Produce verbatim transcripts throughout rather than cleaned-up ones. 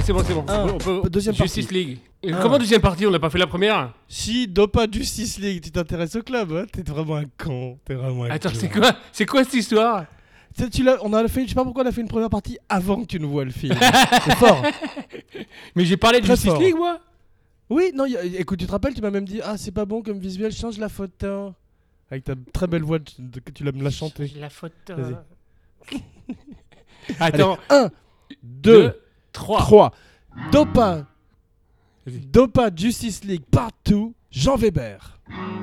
c'est bon, c'est bon. Un. On peut... Deuxième Justice partie. League. Un. Comment deuxième partie? On n'a pas fait la première? Si, Dopa Justice League, tu t'intéresses au club, hein. T'es vraiment un con. T'es vraiment un Attends, con. c'est quoi C'est quoi cette histoire? Tu, tu l'as, on a fait, je sais pas pourquoi on a fait une première partie avant que tu ne vois le film. C'est fort. Mais j'ai parlé de Très Justice fort. League, moi. Oui, non, y a- écoute, tu te rappelles, tu m'as même dit, ah, c'est pas bon comme visuel, change la photo. Avec ta très belle voix de- de- que tu l'as me la chanter. La photo. Vas-y. Attends. un, deux, trois. trois. Dopa. Vas-y. Dopa Justice League Part deux, Jean Weber.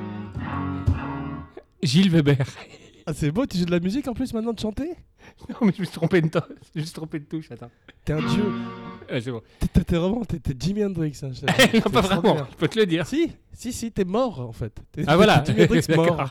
Gilles Weber. Ah, c'est beau, tu joues de la musique en plus maintenant de chanter? Non, mais je me suis trompé de, to- je me suis trompé de touche, attends. T'es un dieu. Ouais, c'est bon. T'es, t'es- t'es vraiment, t'es, t'es Jimi Hendrix. Hein, je- non, c'est pas vraiment, extraordinaire. je peux te le dire. Si, si, si, t'es mort en fait. T'es, Ah voilà, t'es Jimi Hendrix mort. d'accord.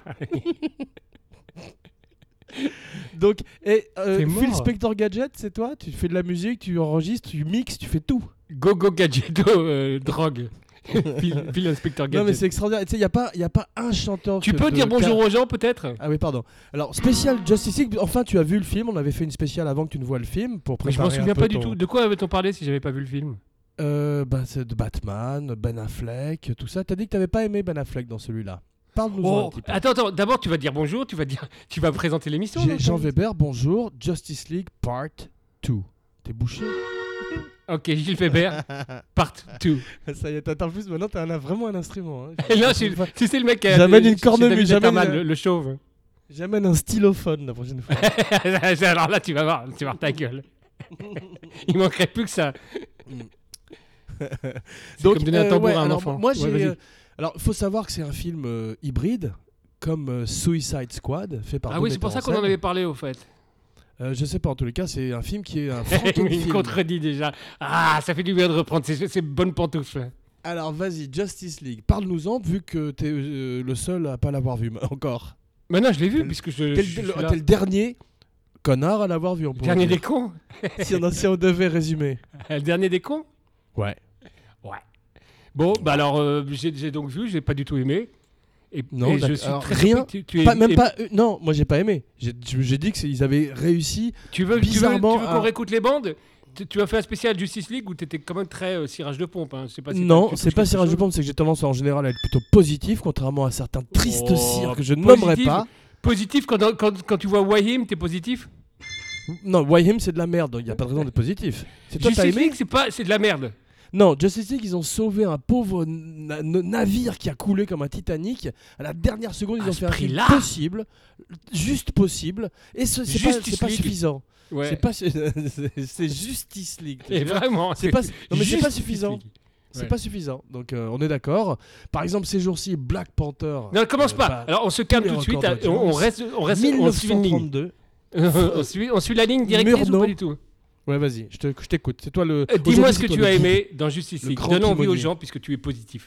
Donc, et, euh, T'es Phil mort. Spector Gadget, c'est toi? Tu fais de la musique, tu enregistres, tu mixes, tu fais tout. Go Go Gadgeto, euh, drogue. Phil Phil Inspector Gadget. Non mais c'est extraordinaire. Tu sais, il n'y a, pas- y a pas un chanteur. Tu que peux de- dire bonjour car- aux gens, peut-être? Ah oui, pardon. Alors, spécial Justice League, enfin tu as vu le film, on avait fait une spéciale avant que tu ne vois le film pour Mais je préparer m'en un souviens peu pas du ton- tout. De quoi avait-on parlé si j'avais pas vu le film? Euh, bah, c'est de Batman, Ben Affleck, tout ça. T'as dit que t'avais pas aimé Ben Affleck dans celui-là. Parle-nous un Oh, petit peu. attends, attends. D'abord, tu vas dire bonjour. Tu vas dire, tu vas présenter l'émission. J'ai non, Jean toi Weber, bonjour, Justice League Part deux. T'es bouché? Ok, Gilles Weber, part deux. Ça y est, t'as en plus maintenant t'as un, vraiment un instrument. Hein. Et là, c'est si c'est le mec qui a. J'amène chez- une chez cornemuse, David j'amène Letterman, une- le, le chauve. J'amène un stylophone la prochaine fois. Alors là, tu vas voir, tu vas voir ta gueule. Il manquerait plus que ça. C'est comme donner un euh, tambour ouais, à un alors, enfant. Moi, Ouais, j'ai. vas-y. euh, alors, il faut savoir que c'est un film euh, hybride, comme euh, Suicide Squad, fait par. Ah deux oui, c'est pour metteurs ça en qu'on en scène. avait parlé au fait. Euh, je sais pas, en tous les cas, c'est un film qui est un Il Frankenfilm. me contredit déjà. Ah, ça fait du bien de reprendre ces, ces bonnes pantoufles. Alors, vas-y, Justice League, parle-nous-en, vu que t'es euh, le seul à pas l'avoir vu encore. Maintenant, je l'ai vu T'es le- puisque je. T'es je le, suis le- là. t'es le dernier connard à l'avoir vu. On Le pourrait dernier dire. des cons. si, on, si on devait résumer. Le dernier des cons. Ouais. Ouais. Bon, bah alors, euh, j'ai j'ai donc vu, j'ai pas du tout aimé. Et, Non, et je d'accord. suis Alors, très rien, surpris que tu, tu aies- Pas, même et- pas. euh, non, moi j'ai pas aimé. J'ai, j'ai dit qu'ils avaient réussi. Tu veux, tu veux, bizarrement, tu veux qu'on à- réécoute les bandes? tu, tu as fait un spécial Justice League où t'étais quand même très euh, cirage de pompe. Hein. Je sais pas si Non, tu c'est touches pas quelque cirage de chose. pompe, c'est que j'ai tendance en général à être plutôt positif, contrairement à certains tristes Oh, cires que je positif. nommerai pas. Positif quand, quand, quand tu vois Wahim, t'es positif? Non, Wayham c'est de la merde, donc il y a pas de raison d'être positif. C'est toi t'as Justice aimé? League, c'est pas, c'est de la merde. Non, Justice League, ils ont sauvé un pauvre na- na- navire qui a coulé comme un Titanic. À la dernière seconde, ils À ont ce fait un film prix-là possible, juste possible, et ce- c'est pas, Justice c'est pas League. suffisant. Ouais. C'est pas, su- c'est c'est Justice League. tu Et vois. vraiment, C'est pas, non mais c'est Justice pas suffisant. League. C'est Ouais. pas suffisant. Donc euh, on est d'accord. Par exemple, ces jours-ci, Black Panther. Non, commence euh, pas. bah, Alors on se calme tous tout les de suite. records hein, et On, on d'audience. reste, on reste, on suit une ligne. mille neuf cent trente-deux. on, suit, on suit la ligne directrice Murnau. ou pas du tout? Ouais, vas-y, je, te- je t'écoute. C'est toi le. Euh, Dis-moi aujourd'hui, ce que c'est tu toi as le guide. aimé dans Justice le League. grand Donne envie aux timonier. gens puisque tu es positif.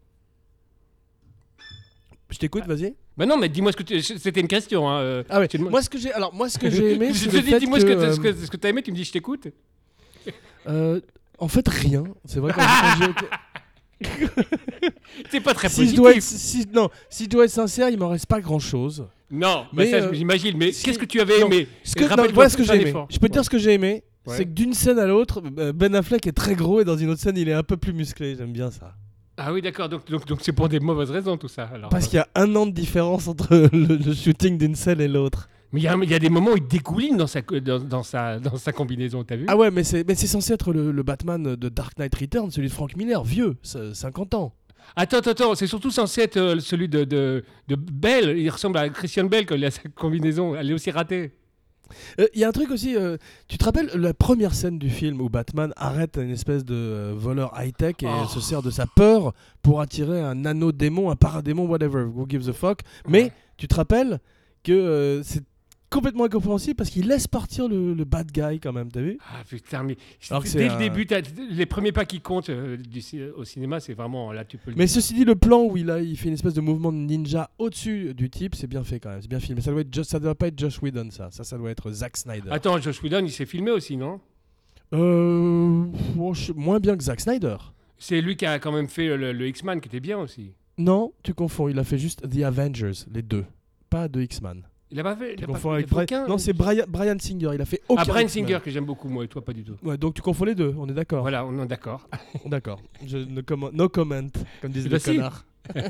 Je t'écoute, vas-y. Bah non, mais dis-moi ce que tu... C'était une question. Hein. euh, Ah ouais. tu demandes- Moi, ce que j'ai, alors moi, ce que j'ai aimé, je c'est te le dis, fait dis-moi que, ce que, euh, ce que, ce que t'as aimé, tu me dis je t'écoute. euh, en fait, rien. C'est vrai. Quand j'ai- C'est pas très si positif. je dois être, si, non, si je dois être sincère, il m'en reste pas grand-chose. Non, bah Mais, ça euh, j'imagine. Mais si- qu'est-ce que tu avais non, aimé? Ce que, non, Rappelle-toi, voilà ce que fais j'ai un aimé. effort. Je peux te dire Ouais. ce que j'ai aimé. Ouais. C'est que d'une scène à l'autre, euh, Ben Affleck est très gros et dans une autre scène, il est un peu plus musclé. J'aime bien ça. Ah oui, d'accord. Donc donc donc c'est pour des mauvaises raisons tout ça. Alors. Parce qu'il y a un an de différence entre le, le shooting d'une scène et l'autre. Mais il y, a- il y a des moments où il dégouline dans sa co- dans, dans sa dans sa combinaison. T'as vu? Ah ouais, mais c'est, mais c'est censé être le, le Batman de Dark Knight Returns, celui de Frank Miller, vieux, c'est cinquante ans. Attends, attends, attends, c'est surtout censé être euh, celui de, de, de Bell. Il ressemble à Christian Bell quand il a sa combinaison. Elle est aussi ratée. Il y a un truc aussi, euh, tu te rappelles la première scène du film où Batman arrête une espèce de euh, voleur high-tech et Oh. se sert de sa peur pour attirer un nano-démon, un paradémon, whatever, who gives a fuck. Mais Ouais. tu te rappelles que euh, c'est complètement incompréhensible parce qu'il laisse partir le, le bad guy quand même, t'as vu? Ah putain, mais Alors que dès c'est le un- début, t'as- les premiers pas qui comptent euh, du ci- au cinéma, c'est vraiment là, tu peux le Mais dire. ceci dit, le plan où il, a, il fait une espèce de mouvement de ninja au-dessus du type, c'est bien fait quand même, c'est bien filmé. Ça doit, être just- ça doit pas être Josh Whedon, ça. Ça, ça doit être Zack Snyder. Attends, Josh Whedon, il s'est filmé aussi, non? Euh, oh, je- moins bien que Zack Snyder. C'est lui qui a quand même fait le, le X-Man qui était bien aussi. Non, tu confonds. Il a fait juste The Avengers, les deux. Pas de X-Man. Il a pas fait. Il Tu a pas confonds fait- avec il a fait Brian... aucun- Non, c'est Brian, Brian Singer. Il a fait aucun Ah, Bryan X-Men. Singer que j'aime beaucoup, moi, et toi pas du tout. Ouais, donc tu confonds les deux, on est d'accord. Voilà, on est d'accord. D'accord. Je ne commen- No comment, comme disent Bah les si. connards.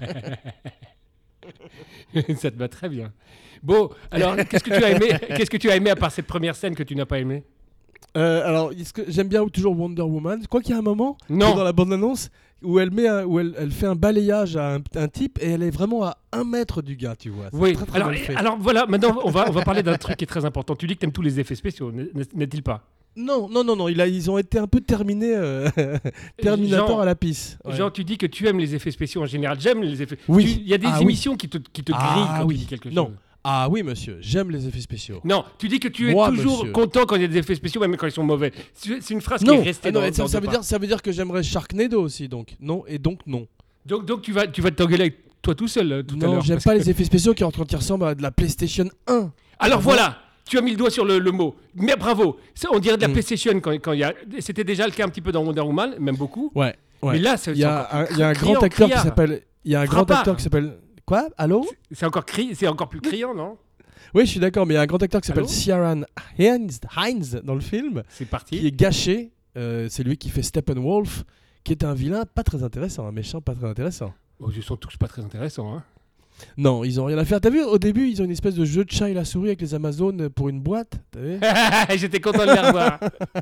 Ça te va très bien. Bon, alors, qu'est-ce que tu as aimé Qu'est-ce que tu as aimé à part cette première scène que tu n'as pas aimée? Euh, alors, est-ce que j'aime bien toujours Wonder Woman. Je crois qu'il y a un moment Non. dans la bande-annonce où elle met un- où elle, elle fait un balayage à un, un type et elle est vraiment à un mètre du gars, tu vois. C'est Oui, très, très alors, mal fait. alors voilà, maintenant on va, on va parler d'un truc qui est très important. Tu dis que tu aimes tous les effets spéciaux, n'est- n'est-il pas? Non, non, non, non. Il a, ils ont été un peu terminés. euh, Terminator Jean- à la pisse. Ouais. Genre, tu dis que tu aimes les effets spéciaux en général. J'aime les effets. Oui. Tu- Il y a des Ah oui. émissions qui te, qui te grillent Ah quand oui. tu dis quelque Non. chose. Ah oui, monsieur. J'aime les effets spéciaux. Non, tu dis que tu es Moi, toujours monsieur. content quand il y a des effets spéciaux, même quand ils sont mauvais. C'est c'est une phrase Non, qui est restée ah non, dans, ça, dans ça deux veut dire, ça veut dire que j'aimerais Sharknado aussi, donc non, et donc non. Donc, donc tu vas, tu vas t'engueuler avec toi tout seul euh, tout à non, l'heure. j'aime parce pas que- les effets spéciaux qui, quand ils ressemblent à de la PlayStation un. Alors voilà, tu as mis le doigt sur le, le mot. Mais bravo, Ça, on dirait de la Mm. PlayStation quand, quand il y a. C'était déjà le cas un petit peu dans Wonder Woman, même beaucoup. Ouais. ouais. Mais là, c'est Il y c'est a encore un, plus il y a un criant, grand acteur qui criard. s'appelle. Il y a un grand Frappard. acteur qui s'appelle. Quoi? Allô? C'est encore cri, c'est encore plus criant, non? Oui, je suis d'accord, mais il y a un grand acteur qui s'appelle Allô Ciaran Hinds, Hinds dans le film, C'est parti. qui est gâché. Euh, c'est lui qui fait Steppenwolf, qui est un vilain pas très intéressant, un méchant pas très intéressant. Oh, ils sont tous pas très intéressants. Hein. Non, ils ont rien à faire. T'as vu, au début, ils ont une espèce de jeu de chat et la souris avec les Amazones pour une boîte. T'as vu? J'étais content de les revoir.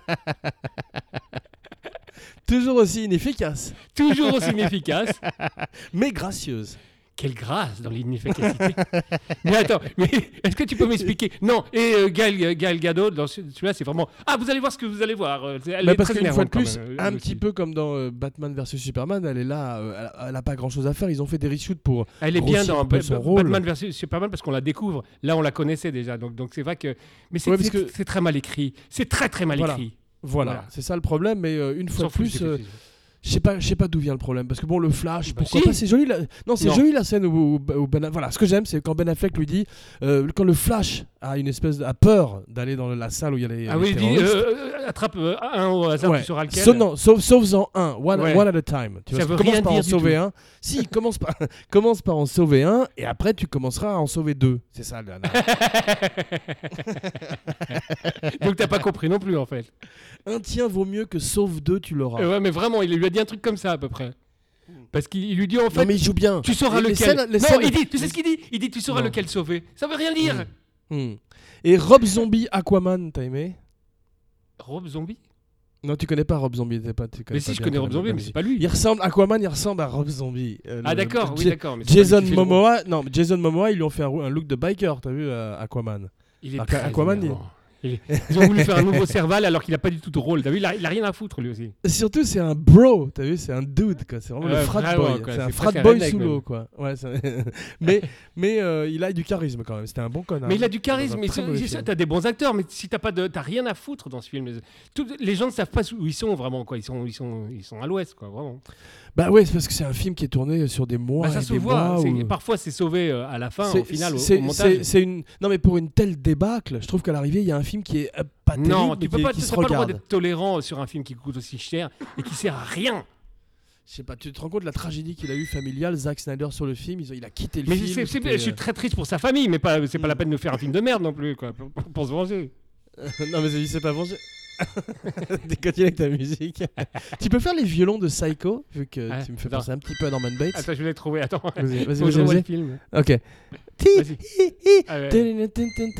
Toujours aussi inefficace, Toujours aussi inefficace. mais gracieuse. Quelle grâce dans l'inefficacité. Mais attends, mais est-ce que tu peux m'expliquer? Non, et euh, Gal, Gal Gadot, dans ce- celui-là, c'est vraiment. Ah, vous allez voir ce que vous allez voir. euh, c'est- Elle Bah est parce très qu'une fois de énervante plus, quand même, un euh, petit aussi. peu comme dans euh, Batman versus Superman, elle est là, euh, elle, elle a pas grand chose à faire. Ils ont fait des reshoots pour. Elle est bien grossir dans un peu Ba- son Ba- rôle. Batman versus Superman parce qu'on la découvre. Là, on la connaissait déjà. Donc, donc c'est vrai que. Mais c'est Ouais, parce c'est- que- c'est très mal écrit. C'est très, très mal Voilà. écrit. Voilà, Voilà. c'est ça le problème. Mais euh, une On fois s'en de fout, plus, c'est- euh, je sais pas, je sais pas d'où vient le problème. Parce que bon, le Flash, Bah pourquoi si. pas? C'est joli. La... Non, c'est Non. joli la scène où, où- où Ben. Voilà, ce que j'aime, c'est quand Ben Affleck lui dit, euh, quand le Flash a une espèce de... a peur d'aller dans la salle où il y a les, Ah les oui, il dit terroristes. euh, attrape euh, un au hasard, Ouais. tu sauras lequel. Sauf, non, sauf, sauf-en un, one, Ouais. one at a time. Tu Ça vois, veut commence rien par dire en du sauver tout. un. Si, commence par, commence par en sauver un, et après tu commenceras à en sauver deux. C'est ça, le Donc t'as pas compris non plus en fait. Un tien vaut mieux que sauve deux, tu l'auras. Euh, ouais, mais vraiment, il lui a dit un truc comme ça à peu près. Parce qu'il il lui dit en fait, non, mais il joue bien. tu sauras Les- les lequel. scènes- les non, scènes- il dit, tu sais ce qu'il dit? Il dit, tu sauras Non. lequel sauver. Ça veut rien dire. Hmm. Et Rob Zombie Aquaman, t'as aimé? Rob Zombie? Non, tu connais pas Rob Zombie. t'es Pas, tu connais Mais pas si, je bien connais quand Rob même Zombie, la mais c'est musique. pas lui. Il ressemble, Aquaman, il ressemble à Rob Zombie. Euh, Ah le- d'accord, oui Ja- d'accord. mais c'est pas lui Jason qui fait le rôle. Momoa, non, mais Jason Momoa, ils lui ont fait un, un look de biker, t'as vu, euh, Aquaman. Il est Alors très qu'Aquaman, énervant. Il est- Ils ont voulu faire un nouveau Serval alors qu'il a pas du tout de rôle. T'as vu, il a, il a rien à foutre lui aussi. Et surtout, c'est un bro, t'as vu, c'est un dude, quoi. C'est vraiment Ouais, le frat vraiment, boy. quoi. C'est un C'est frat presque un boy redneck, sous l'eau, même. quoi. Ouais, ça- mais mais euh, il a du charisme quand même. C'était un bon connard. Mais il a du Dans un charisme. Mais très c'est- mauvais c'est ça, film. t'as des bons acteurs, mais si t'as pas de, t'as rien à foutre dans ce film. Tout- les gens ne savent pas où ils sont vraiment, quoi. Ils sont, ils sont, ils sont à l'ouest, quoi, vraiment. Bah ouais, c'est parce que c'est un film qui est tourné sur des mois Bah, ça et se des voit. mois. c'est- où- Parfois, c'est sauvé euh, à la fin, C'est- au final, au, c'est- au montage. c'est- c'est une. Non, mais pour une telle débâcle, je trouve qu'à l'arrivée, il y a un film qui est euh, pas terrible, Non, mais tu peux qui, pas, qui t'as se pas le droit regarde. d'être tolérant sur un film qui coûte aussi cher et qui sert à rien. Je sais pas, tu te rends compte de la tragédie qu'il a eu familiale, Zack Snyder sur le film, ils ont- il a quitté le Mais film. c'est- c'est- c'était, je suis euh, très triste pour sa famille, mais pas, c'est pas Mm. la peine de faire un film de merde non plus, quoi, pour, pour se venger. non mais il s'est pas vengé. Continue avec ta musique. Tu peux faire les violons de Psycho, vu que Ah, tu me fais attends. penser un petit peu à Norman Bates. Attends, je vais les trouver. Attends. Vas-y, vas-y, Faut que je vas-y, revoie vas-y. le film. Ok. Vas-y. Ah ouais.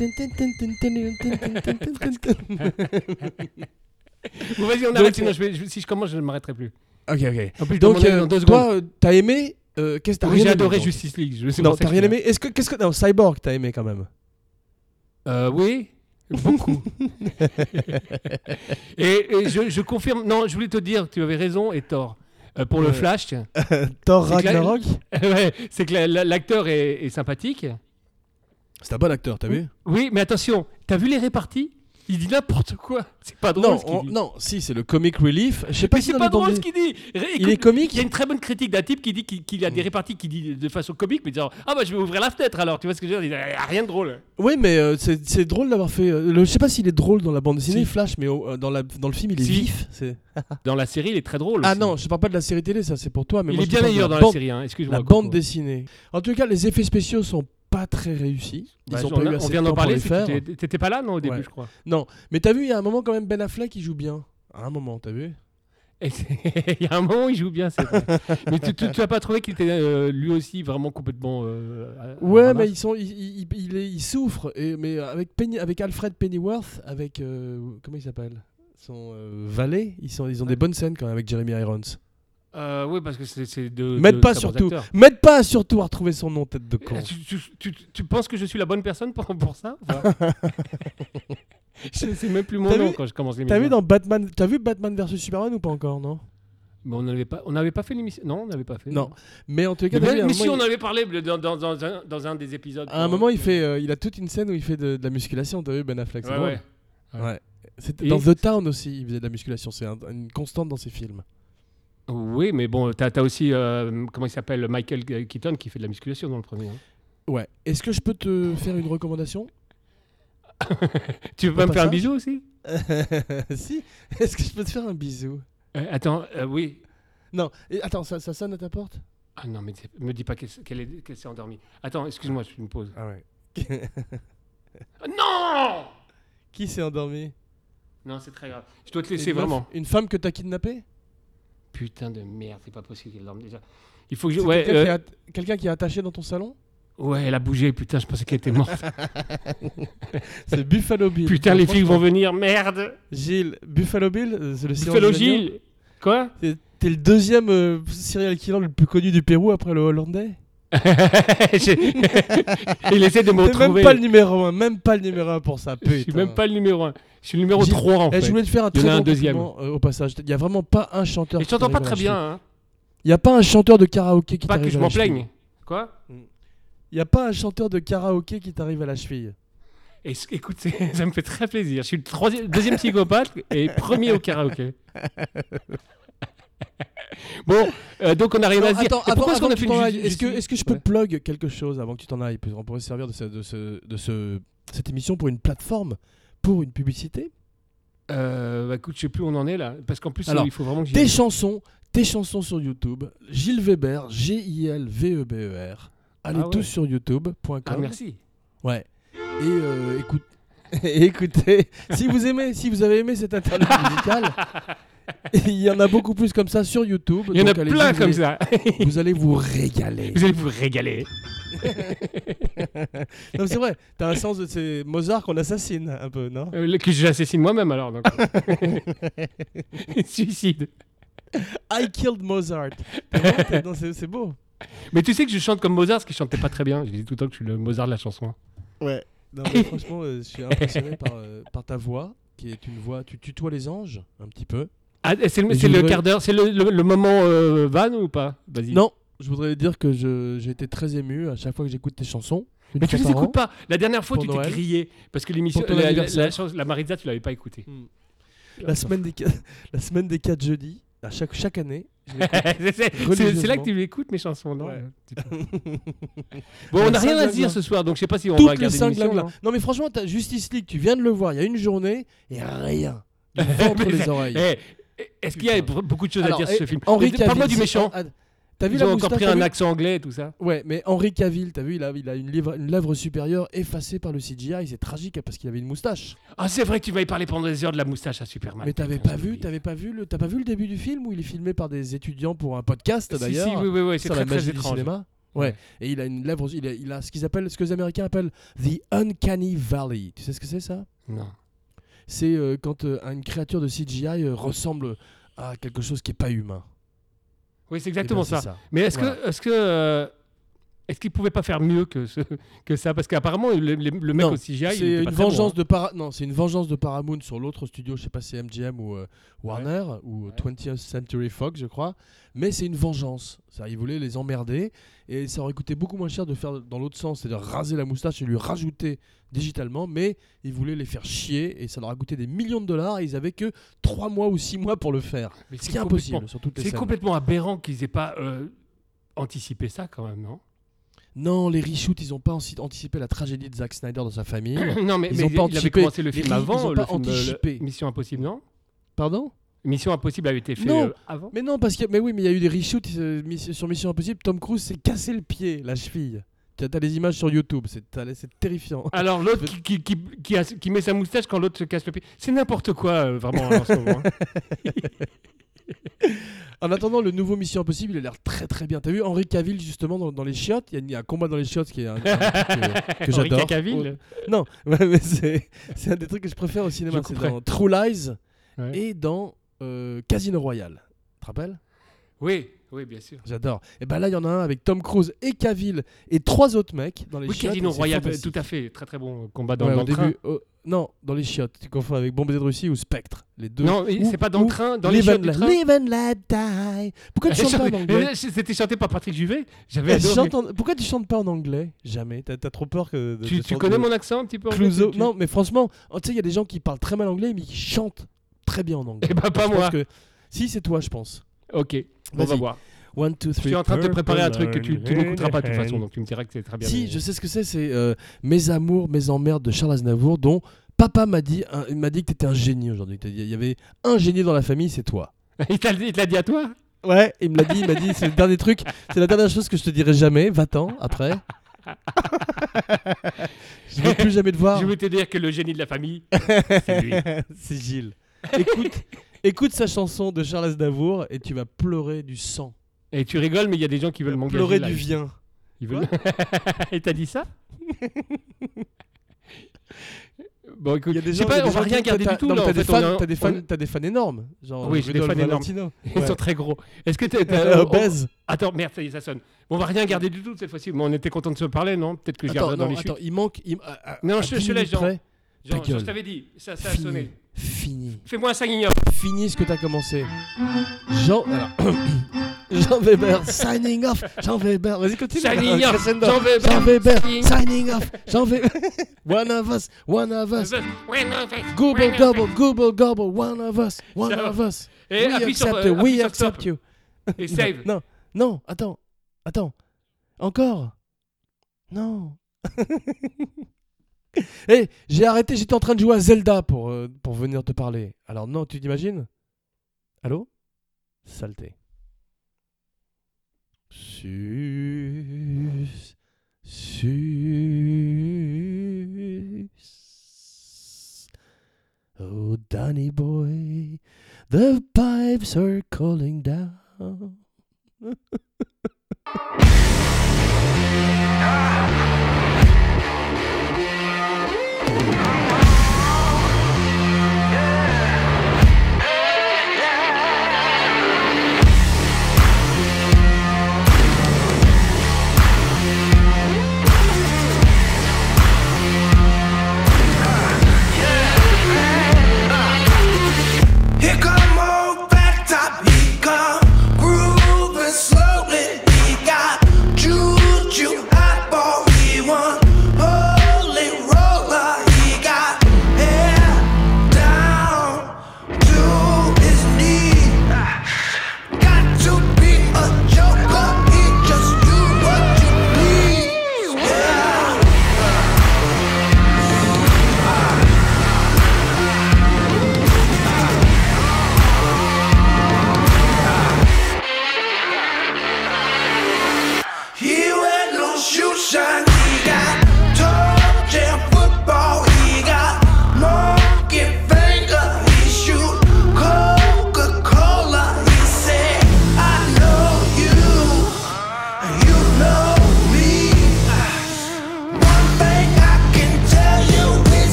Bon, vas-y, on Donc, arrête. Sinon, je vais, je- si je commence, je ne m'arrêterai plus. Ok, ok. En plus, Donc, dans euh, dans deux secondes. toi, euh, t'as aimé euh, Qu'est-ce que t'as Oui, rien j'ai aimé, adoré donc Justice League. Je sais Non, pour ça t'as que rien je- aimé. Est-ce que, qu'est-ce que, non, Cyborg, t'as aimé quand même. Euh, oui, beaucoup. et et je, je confirme. Non, je voulais te dire, tu avais raison. Et tort. Euh, pour le Ouais. Flash, tiens. Thor C'est que la- Ragnarok. Ouais, c'est que la- la- l'acteur est, est sympathique. C'est un bon acteur, t'as vu Oui, mais attention, t'as vu les réparties? Il dit n'importe quoi. C'est pas drôle Non, ce qu'il on- dit. non, si c'est le comic relief. Je sais pas Mais si c'est dans pas les bandes drôle ce dessinées- qu'il dit. Ré- Il écoute, est comique. Il y a une très bonne critique d'un type qui dit qu'il qu'il a des Mm. réparties qui dit de façon comique, mais disant ah bah je vais ouvrir la fenêtre alors. Tu vois ce que je veux dire? Il y a rien de drôle. Oui, mais euh, c'est c'est drôle d'avoir fait. euh, le- je sais pas s'il est drôle dans la bande dessinée Si. Flash, mais au- euh, dans, la, dans le film il est Si. vif. c'est- Dans la série, il est très drôle. Ah aussi. non, je parle pas de la série télé, ça c'est pour toi. Mais il moi, est je bien te parle de meilleur dans bande- la série. Hein. Excuse-moi. La Coco. bande dessinée. En tout cas, les effets spéciaux sont pas très réussis. Ils Bah, ont on, pas a- eu on assez vient de d'en temps pour parler. les c'est faire. que t'étais- T'étais pas là, non, au début, Ouais. je crois. Non, mais t'as vu, il y a un moment quand même Ben Affleck qui joue bien. À un moment, t'as vu? Et c'est- Il y a un moment où il joue bien, c'est vrai. Mais tu, tu, tu as pas trouvé qu'il était euh, lui aussi vraiment complètement. Euh, à- à Ouais, ramasse mais ils sont, ils, ils, ils, ils- ils souffrent. Et, mais avec, Penny, avec Alfred Pennyworth, avec euh, comment il s'appelle, son euh, valet, ils sont, ils ont des bonnes scènes quand même avec Jeremy Irons. Euh, oui, parce que c'est c'est de. M'aide de pas très bons surtout, acteurs. m'aide pas surtout à retrouver son nom tête de con. Euh, Tu, tu, tu, tu penses que je suis la bonne personne pour, pour ça ou pas? Je sais même plus mon T'as nom vu- quand je commence T'as l'émission. vu dans Batman, t'as vu Batman versus Superman ou pas encore, non? Mais on n'avait pas, on n'avait pas fait l'émission. Non, on n'avait pas fait. Non. Mais en tout cas, Mais, t'as vu, à un mais si, moment, on il- avait parlé dans, dans, dans, un, dans un des épisodes. à un moment, il fait, euh, il a toute une scène où il fait de, de la musculation. T'as vu Ben Affleck, c'est Ouais, drôle. ouais. Ouais. Ouais. C'était Et- dans The Town aussi, il faisait de la musculation. C'est un- une constante dans ses films. Oui, mais bon, t'as as aussi, euh, comment il s'appelle, Michael Keaton qui fait de la musculation dans le premier. hein. Ouais. Est-ce que je peux te faire une recommandation? Tu veux Au pas me faire un passage bisou aussi? Si. Est-ce que je peux te faire un bisou? Euh, Attends, euh, oui. Non. Et attends, ça, ça sonne à ta porte? Ah non, mais c'est- me dis pas qu'elle qu'elle est- qu'elle s'est endormie. Attends, excuse-moi, je me pose. Ah ouais. Ah, non! Qui s'est endormi? Non, c'est très grave. Je dois te laisser Une meuf- vraiment. Une femme que t'as kidnappée? Putain de merde, c'est pas possible qu'elle dorme déjà. Il faut que je. C'est Ouais, quelqu'un, euh, qui est at- quelqu'un qui est attaché dans ton salon? ouais, elle a bougé, putain, je pensais qu'elle était morte. C'est Buffalo Bill. Putain, Non, les filles vont franchement, venir, merde! Gilles, Buffalo Bill, euh, c'est le silence Buffalo des agneaux. Gilles! Quoi? T'es t'es le deuxième euh, serial killer le plus connu du Pérou après le Hollandais. J'ai- Il essaie de me T'es même retrouver. pas le numéro un, même pas le numéro un pour ça. Je suis putain. même pas le numéro un. Je suis le numéro Gilles, trois en Eh, fait. je voulais te faire un Il y en très a un bon deuxième. compliment, euh, au passage. Il y a vraiment pas un chanteur. Et je qui t'entends pas t'arrive à très la bien, cheville. hein. Il y a pas un chanteur de karaoké qui Pas que t'arrive je à m'en la cheville. plaigne. Quoi? Il y a pas un chanteur de karaoké qui t'arrive à la cheville. Et c- écoute, c'est- ça me fait très plaisir. Je suis le troisième, deuxième psychopathe et premier au karaoké. Bon, euh, donc on n'a rien Non, à se dire. attends, Et pourquoi avant- est-ce qu'on avant a que fait tu une t'en ju- ailles, Est-ce que, justice est-ce que je peux Ouais. plug quelque chose avant que tu t'en ailles? Parce qu'on pourrait se servir de, ce- de, ce, de ce, cette émission pour une plateforme, pour une publicité. Euh, bah, écoute, je sais plus où on en est là. Parce qu'en plus, Alors, euh, il faut vraiment que j'y Tes aille. chansons, tes chansons sur YouTube. Gilles Weber, G I L V E B E R. Allez Ah ouais. tous sur youtube point com. Ah, merci. Ouais. Et euh, écoute, et écoutez, si vous aimez, si vous avez aimé cette interlude musicale, il y en a beaucoup plus comme ça sur YouTube. Il y en a donc allez-y, plein vous comme allez- ça. Vous allez vous régaler. Vous allez vous régaler. Non, mais c'est vrai. T'as un sens de c'est Mozart qu'on assassine un peu, non? Euh, le- que j'assassine moi-même alors. Donc. Suicide. I killed Mozart. T'es bon, t'es- non, c'est c'est beau. Mais tu sais que je chante comme Mozart, ce qui chantait pas très bien. Je dis tout le temps que je suis le Mozart de la chanson. Ouais. Non, mais franchement, euh, je suis impressionné par, euh, par ta voix, qui est une voix. Tu tutoies les anges un petit peu. Ah, et c'est le, Et c'est je le voudrais- quart d'heure, c'est le, le- le moment euh, van ou pas? Vas-y. Non, je voudrais dire que je- j'ai été très ému à chaque fois que j'écoute tes chansons. Une Mais tu fois les par an. écoutes pas. La dernière fois, Pour tu t'es Noël. grillé parce que l'émission, Pour ton la, la, anniversaire. la, chance- la Maritza, tu l'avais pas écoutée. La semaine des quatre, la semaine des quatre jeudis, à chaque, chaque année. je l'écoute. c'est, c'est- c'est- Religieusement. c'est là que tu écoutes mes chansons, non? Ouais. Un petit peu. Bon, on n'a cinq rien à se glinglas. dire ce soir, donc je sais pas si on va Toutes les regarder cinq l'émission. glinglas. non Non mais franchement, t'as Justice League, tu viens de le voir il y a une journée et rien. Du ventre Mais les c'est- oreilles. Eh, est-ce qu'il y a Putain. beaucoup de choses Alors, à dire sur eh, ce film? Henri Mais Parle-moi Cavill, du méchant. si- ah, T'as vu Ils la ont encore moustache, pris t'as un vu accent anglais et tout ça. Ouais, mais Henri Cavill, t'as vu, il a, il a une, livre, une lèvre supérieure effacée par le C G I, c'est tragique parce qu'il avait une moustache. Ah, c'est vrai que tu m'avais parlé pendant des heures de la moustache à Superman. mais t'avais Putain, pas j'ai vu, oublié. t'avais pas vu le, t'as pas vu le début du film où il est filmé par des étudiants pour un podcast Si, d'ailleurs. si, oui, oui, oui, c'est sur très, la très magie du étrange. cinéma. Ouais. Et il a une lèvre, il a, il a ce qu'ils appellent, ce que les Américains appellent the uncanny valley. Tu sais ce que c'est ça? Non. C'est euh, quand euh, une créature de C G I euh, ressemble à quelque chose qui est pas humain. Oui, c'est Eh ben, exactement c'est ça. Mais est-ce Voilà. que, est-ce que, euh, est-ce qu'il pouvait pas faire mieux que ce, que ça? Parce qu'apparemment le, le- le mec Non, au C G I, il C'est était une pas très vengeance bon, de para... non, c'est une vengeance de Paramount sur l'autre studio, je sais pas si c'est M G M ou euh, Warner ou Ouais. twentieth Century Fox, je crois. Mais c'est une vengeance. Ça, ils voulaient les emmerder et ça aurait coûté beaucoup moins cher de faire dans l'autre sens, c'est-à-dire raser la moustache et lui rajouter digitalement. Mais ils voulaient les faire chier et ça leur a coûté des millions de dollars et ils avaient que trois mois ou six mois pour le faire. hein. Mais Ce c'est qui est complètement- impossible sur toutes les C'est scènes. complètement aberrant qu'ils aient pas euh, anticipé ça quand même, non? Non, les reshoots, ils ont pas anci- anticipé la tragédie de Zack Snyder dans sa famille. Non, mais, Ils mais ont il, pas il avait anticipé. commencé le Les film ri- avant, ils ont le pas film, euh, anticipé. le- Mission Impossible, non? Pardon? Mission Impossible avait été fait Non. euh, avant. Mais non, parce que mais oui, mais il y a eu des reshoots euh, miss- sur Mission Impossible. Tom Cruise s'est cassé le pied, la cheville. T'as t'as les images sur YouTube, c'est, t'as- c'est terrifiant. Alors l'autre qui, qui, qui, qui, a- qui met sa moustache quand l'autre se casse le pied. C'est n'importe quoi, euh, vraiment, en ce moment. hein. En attendant, le nouveau Mission Impossible, il a l'air très très bien. T'as vu Henry Cavill justement dans, dans les chiottes. Il y, a- il y a un combat dans les chiottes qui est un, un truc que, que Henri j'adore. Cavill. Oh, non, ouais, mais c'est, c'est un des trucs que je préfère au cinéma. Je C'est couperai. dans True Lies Ouais. et dans euh, Casino Royale. Tu te rappelles? Oui, oui, bien sûr. J'adore. Et ben là, il y en a un avec Tom Cruise et Cavill et trois autres mecs dans les Oui, chiottes. Casino et c'est Royale, fantastique. tout à fait. Très très bon combat dans, Ouais, dans au le train. début, oh, non, dans les chiottes. Tu confonds avec Bombay de Russie ou Spectre. Les deux. Non, mais Ou- c'est pas dans le ou train, dans les Live chiottes and du Let- train. Live and let die. Pourquoi tu chantes pas en anglais? C'était chanté par Patrick Juvet. J'avais Elle adoré. chante en- Pourquoi tu chantes pas en anglais? Jamais. T'as, t'as trop peur que. de- Tu, de tu chanter- connais mon accent un petit peu anglais, Clouseau. tu- tu- Non, mais franchement, oh, tu sais, il y a des gens qui parlent très mal anglais, mais qui chantent très bien en anglais. Eh ben, pas Je pense moi. que- Si, c'est toi, je pense. Ok, on va Vas-y. voir. One, two, Je three. suis en train de te préparer un truc que tu, tu n'écouteras pas de toute façon, donc tu me diras que c'est très bien. Si, je sais ce que c'est. C'est euh, Mes amours, mes emmerdes de Charles Aznavour, dont papa m'a dit, un- il m'a dit que t'étais un génie aujourd'hui. Il y avait un génie dans la famille, c'est toi. il t'a il te l'a dit à toi? Ouais, il me l'a dit, il m'a dit, c'est le dernier truc, c'est la dernière chose que je te dirai jamais, va-t'en, après. Je veux plus jamais te voir. Je veux te dire que le génie de la famille, c'est lui. C'est Gilles. Écoute, écoute sa chanson de Charles Aznavour et tu vas pleurer du sang. Et tu rigoles, mais il y a des gens qui veulent m'engager. Pleurer là. du vien. Ils veulent... Et t'as dit ça? Bon, écoute, Il y a des je sais gens, il y pas, a on des va gens rien qui- garder t'as- du tout non, mais là. T'as En des, fait, on fans- est- t'as des, on fans- est- t'as des fans énormes. Genre Oui, j'ai des Rudolph fans énormes. Valentino. Ils Ouais. sont très gros. Est-ce que t'es. t'as- Euh, on- obèse. Attends, merde, ça y est, ça sonne. Bon, on va rien garder du tout cette fois-ci. Mais on était content de se parler, non? Peut-être que je Attends, garderai dans non, les attends, chutes. il manque. il- à- à- Non, à je- dix je te laisse, minutes Jean. près, Genre, ta gueule. je t'avais dit, ça, ça a Fini. sonné. Fini. Fais-moi un sign-off. Fini ce que t'as commencé. Jean. Alors. Jean Weber, signing off. Jean Weber, vas-y, continue. Signing off. Crescendo. Jean Weber, Jean Weber, signing- signing off. Jean Weber. One of us, one of us. Google gobble, Google gobble, one of us, one Ça va. of us. Et we appuie sur, accept euh, you, appuie we sur accept stop. you. Et save. Non, non, attends, attends. Encore. Non. Hé, j'ai arrêté, j'étais en train de jouer à Zelda pour, euh, pour venir te parler. Alors non, tu t'imagines? Allô? Saleté. Sus. Sus. Oh, Danny boy, the pipes are calling down.